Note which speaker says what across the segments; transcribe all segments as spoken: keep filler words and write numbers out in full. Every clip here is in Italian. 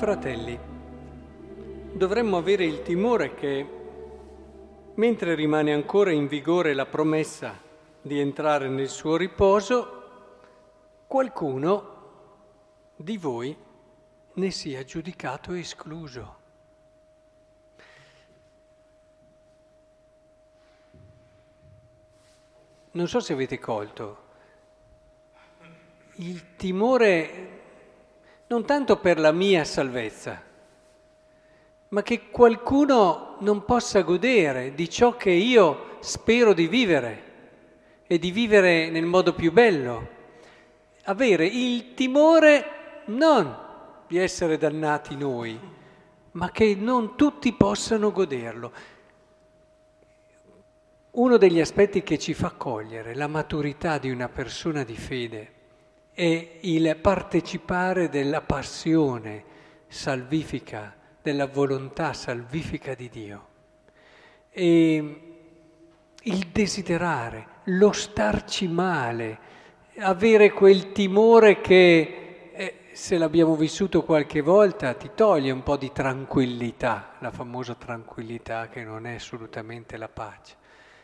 Speaker 1: fratelli, dovremmo avere il timore che, mentre rimane ancora in vigore la promessa di entrare nel suo riposo, qualcuno di voi ne sia giudicato escluso. Non so se avete colto il timore non tanto per la mia salvezza, ma che qualcuno non possa godere di ciò che io spero di vivere e di vivere nel modo più bello. Avere il timore non di essere dannati noi, ma che non tutti possano goderlo. Uno degli aspetti che ci fa cogliere la maturità di una persona di fede è il partecipare della passione salvifica, della volontà salvifica di Dio. E il desiderare, lo starci male, avere quel timore che, eh, se l'abbiamo vissuto qualche volta, ti toglie un po' di tranquillità, la famosa tranquillità che non è assolutamente la pace.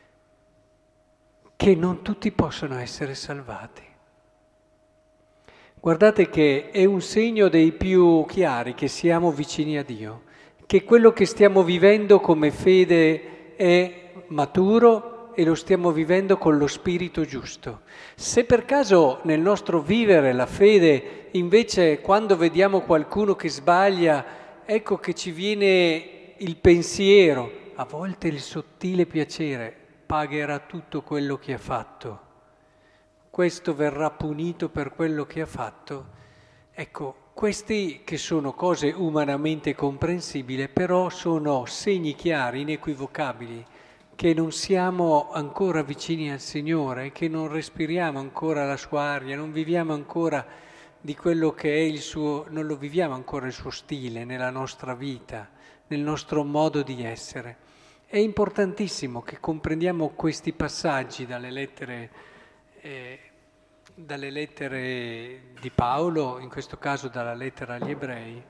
Speaker 1: Che non tutti possono essere salvati. Guardate che è un segno dei più chiari che siamo vicini a Dio, che quello che stiamo vivendo come fede è maturo e lo stiamo vivendo con lo spirito giusto. Se per caso nel nostro vivere la fede, invece, quando vediamo qualcuno che sbaglia, ecco che ci viene il pensiero, a volte il sottile piacere, pagherà tutto quello che ha fatto, questo verrà punito per quello che ha fatto. Ecco, questi che sono cose umanamente comprensibili, però sono segni chiari, inequivocabili, che non siamo ancora vicini al Signore, che non respiriamo ancora la sua aria, non viviamo ancora di quello che è il suo, non lo viviamo ancora il suo stile nella nostra vita, nel nostro modo di essere. È importantissimo che comprendiamo questi passaggi dalle lettere, eh, dalle lettere di Paolo, in questo caso dalla lettera agli Ebrei.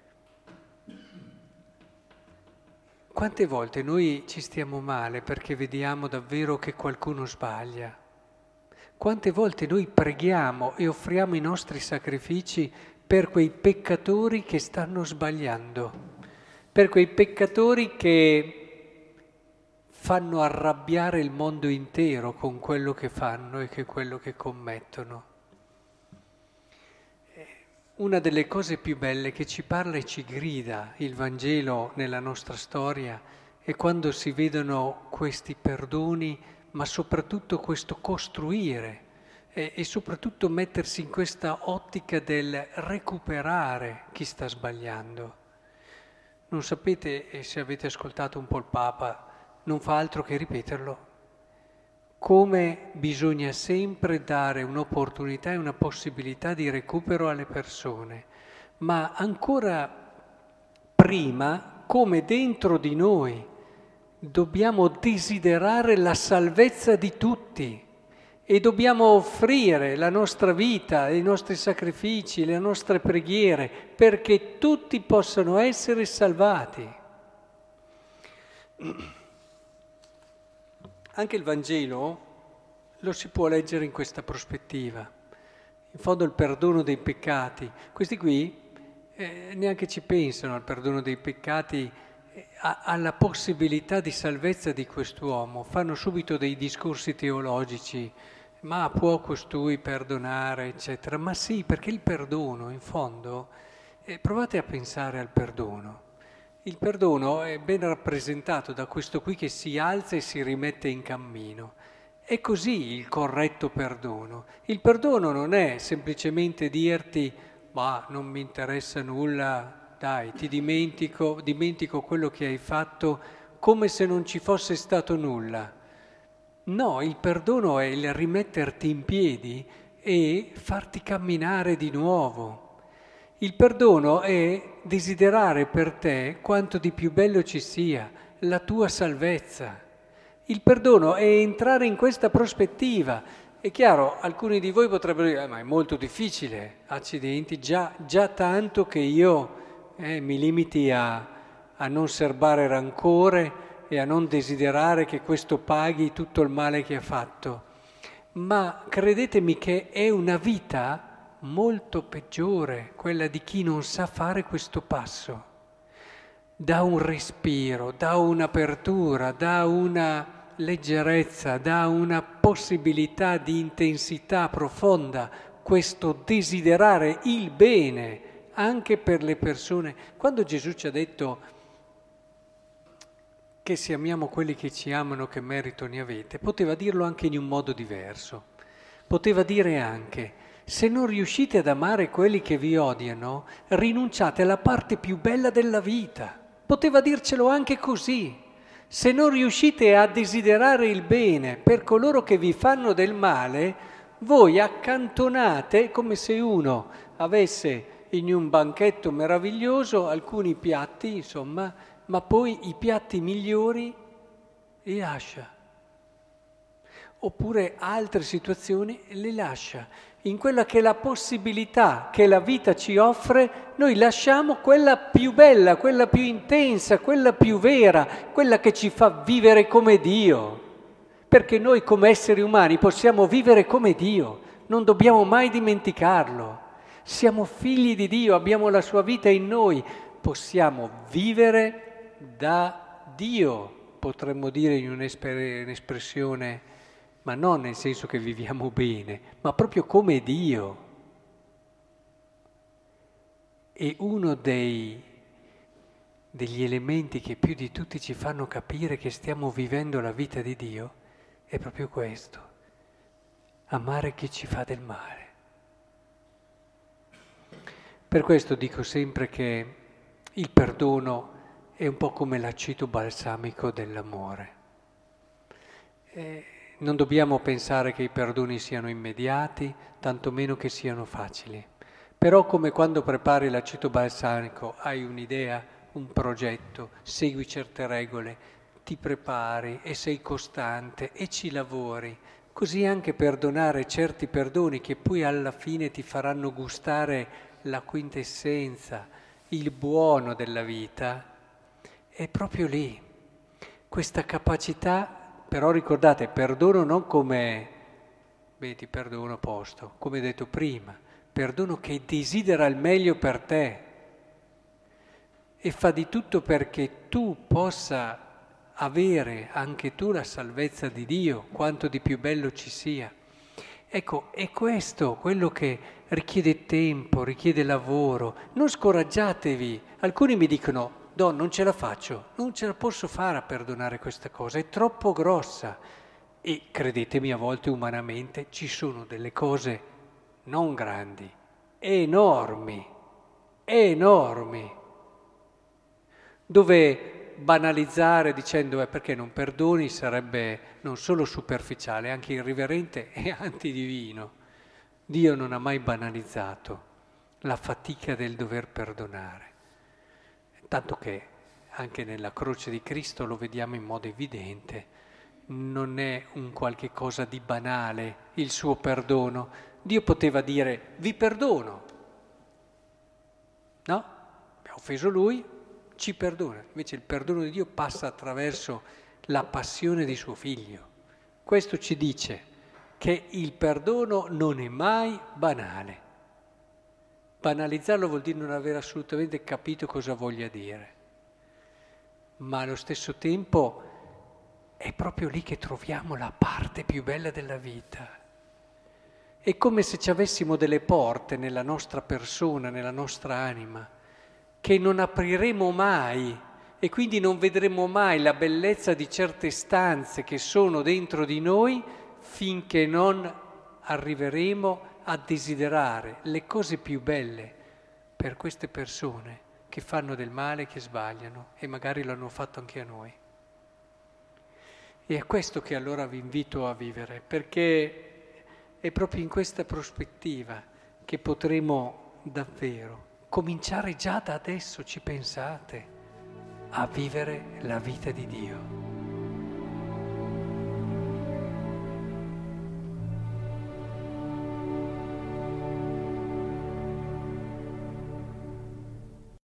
Speaker 1: Quante volte noi ci stiamo male perché vediamo davvero che qualcuno sbaglia? Quante volte noi preghiamo e offriamo i nostri sacrifici per quei peccatori che stanno sbagliando, per quei peccatori che fanno arrabbiare il mondo intero con quello che fanno e che quello che commettono. Una delle cose più belle che ci parla e ci grida il Vangelo nella nostra storia è quando si vedono questi perdoni, ma soprattutto questo costruire e, e soprattutto mettersi in questa ottica del recuperare chi sta sbagliando. Non sapete, e se avete ascoltato un po' il Papa, non fa altro che ripeterlo, come bisogna sempre dare un'opportunità e una possibilità di recupero alle persone, ma ancora prima, come dentro di noi, dobbiamo desiderare la salvezza di tutti e dobbiamo offrire la nostra vita, i nostri sacrifici, le nostre preghiere, perché tutti possano essere salvati. Anche il Vangelo lo si può leggere in questa prospettiva. In fondo il perdono dei peccati. Questi qui eh, neanche ci pensano al perdono dei peccati, eh, a, alla possibilità di salvezza di quest'uomo. Fanno subito dei discorsi teologici. Ma può costui perdonare, eccetera. Ma sì, perché il perdono, in fondo, eh, provate a pensare al perdono. Il perdono è ben rappresentato da questo qui che si alza e si rimette in cammino. È così il corretto perdono. Il perdono non è semplicemente dirti ma non mi interessa nulla, dai, ti dimentico, dimentico quello che hai fatto come se non ci fosse stato nulla. No, il perdono è il rimetterti in piedi e farti camminare di nuovo. Il perdono è desiderare per te quanto di più bello ci sia, la tua salvezza. Il perdono è entrare in questa prospettiva. È chiaro, alcuni di voi potrebbero dire, eh, ma è molto difficile, accidenti, già, già tanto che io eh, mi limiti a, a non serbare rancore e a non desiderare che questo paghi tutto il male che ha fatto. Ma credetemi che è una vita molto peggiore quella di chi non sa fare questo passo. Dà un respiro, dà un'apertura, dà una leggerezza, dà una possibilità di intensità profonda, questo desiderare il bene anche per le persone. Quando Gesù ci ha detto che se amiamo quelli che ci amano, che merito ne avete, poteva dirlo anche in un modo diverso. Poteva dire anche, se non riuscite ad amare quelli che vi odiano, rinunciate alla parte più bella della vita. Poteva dircelo anche così. Se non riuscite a desiderare il bene per coloro che vi fanno del male, voi accantonate come se uno avesse in un banchetto meraviglioso alcuni piatti, insomma, ma poi i piatti migliori li lascia. Oppure altre situazioni le lascia. In quella che è la possibilità che la vita ci offre, noi lasciamo quella più bella, quella più intensa, quella più vera, quella che ci fa vivere come Dio. Perché noi come esseri umani possiamo vivere come Dio, non dobbiamo mai dimenticarlo. Siamo figli di Dio, abbiamo la sua vita in noi, possiamo vivere da Dio, potremmo dire in un'espressione, ma non nel senso che viviamo bene, ma proprio come Dio. E uno dei, degli elementi che più di tutti ci fanno capire che stiamo vivendo la vita di Dio è proprio questo, amare chi ci fa del male. Per questo dico sempre che il perdono è un po' come l'aceto balsamico dell'amore. Eh, non dobbiamo pensare che i perdoni siano immediati, tantomeno che siano facili. Però come quando prepari l'aceto balsamico, hai un'idea, un progetto, segui certe regole, ti prepari e sei costante e ci lavori. Così anche perdonare certi perdoni che poi alla fine ti faranno gustare la quintessenza, il buono della vita, è proprio lì, questa capacità, però ricordate, perdono non come, beh ti perdono a posto, come detto prima, perdono che desidera il meglio per te e fa di tutto perché tu possa avere anche tu la salvezza di Dio, quanto di più bello ci sia. Ecco, è questo quello che richiede tempo, richiede lavoro. Non scoraggiatevi. Alcuni mi dicono, no, non ce la faccio, non ce la posso fare a perdonare questa cosa, è troppo grossa. E credetemi, a volte umanamente ci sono delle cose non grandi, enormi, enormi, dove banalizzare dicendo eh, perché non perdoni sarebbe non solo superficiale, anche irriverente e antidivino. Dio non ha mai banalizzato la fatica del dover perdonare, tanto che anche nella croce di Cristo lo vediamo in modo evidente, non è un qualche cosa di banale il suo perdono. Dio poteva dire vi perdono, no? Ha offeso lui, ci perdona. Invece il perdono di Dio passa attraverso la passione di suo figlio. Questo ci dice che il perdono non è mai banale. Banalizzarlo vuol dire non aver assolutamente capito cosa voglia dire, ma allo stesso tempo è proprio lì che troviamo la parte più bella della vita. È come se ci avessimo delle porte nella nostra persona, nella nostra anima, che non apriremo mai e quindi non vedremo mai la bellezza di certe stanze che sono dentro di noi finché non arriveremo a desiderare le cose più belle per queste persone che fanno del male, che sbagliano e magari l'hanno fatto anche a noi. E è questo che allora vi invito a vivere, perché è proprio in questa prospettiva che potremo davvero cominciare già da adesso, ci pensate, a vivere la vita di Dio.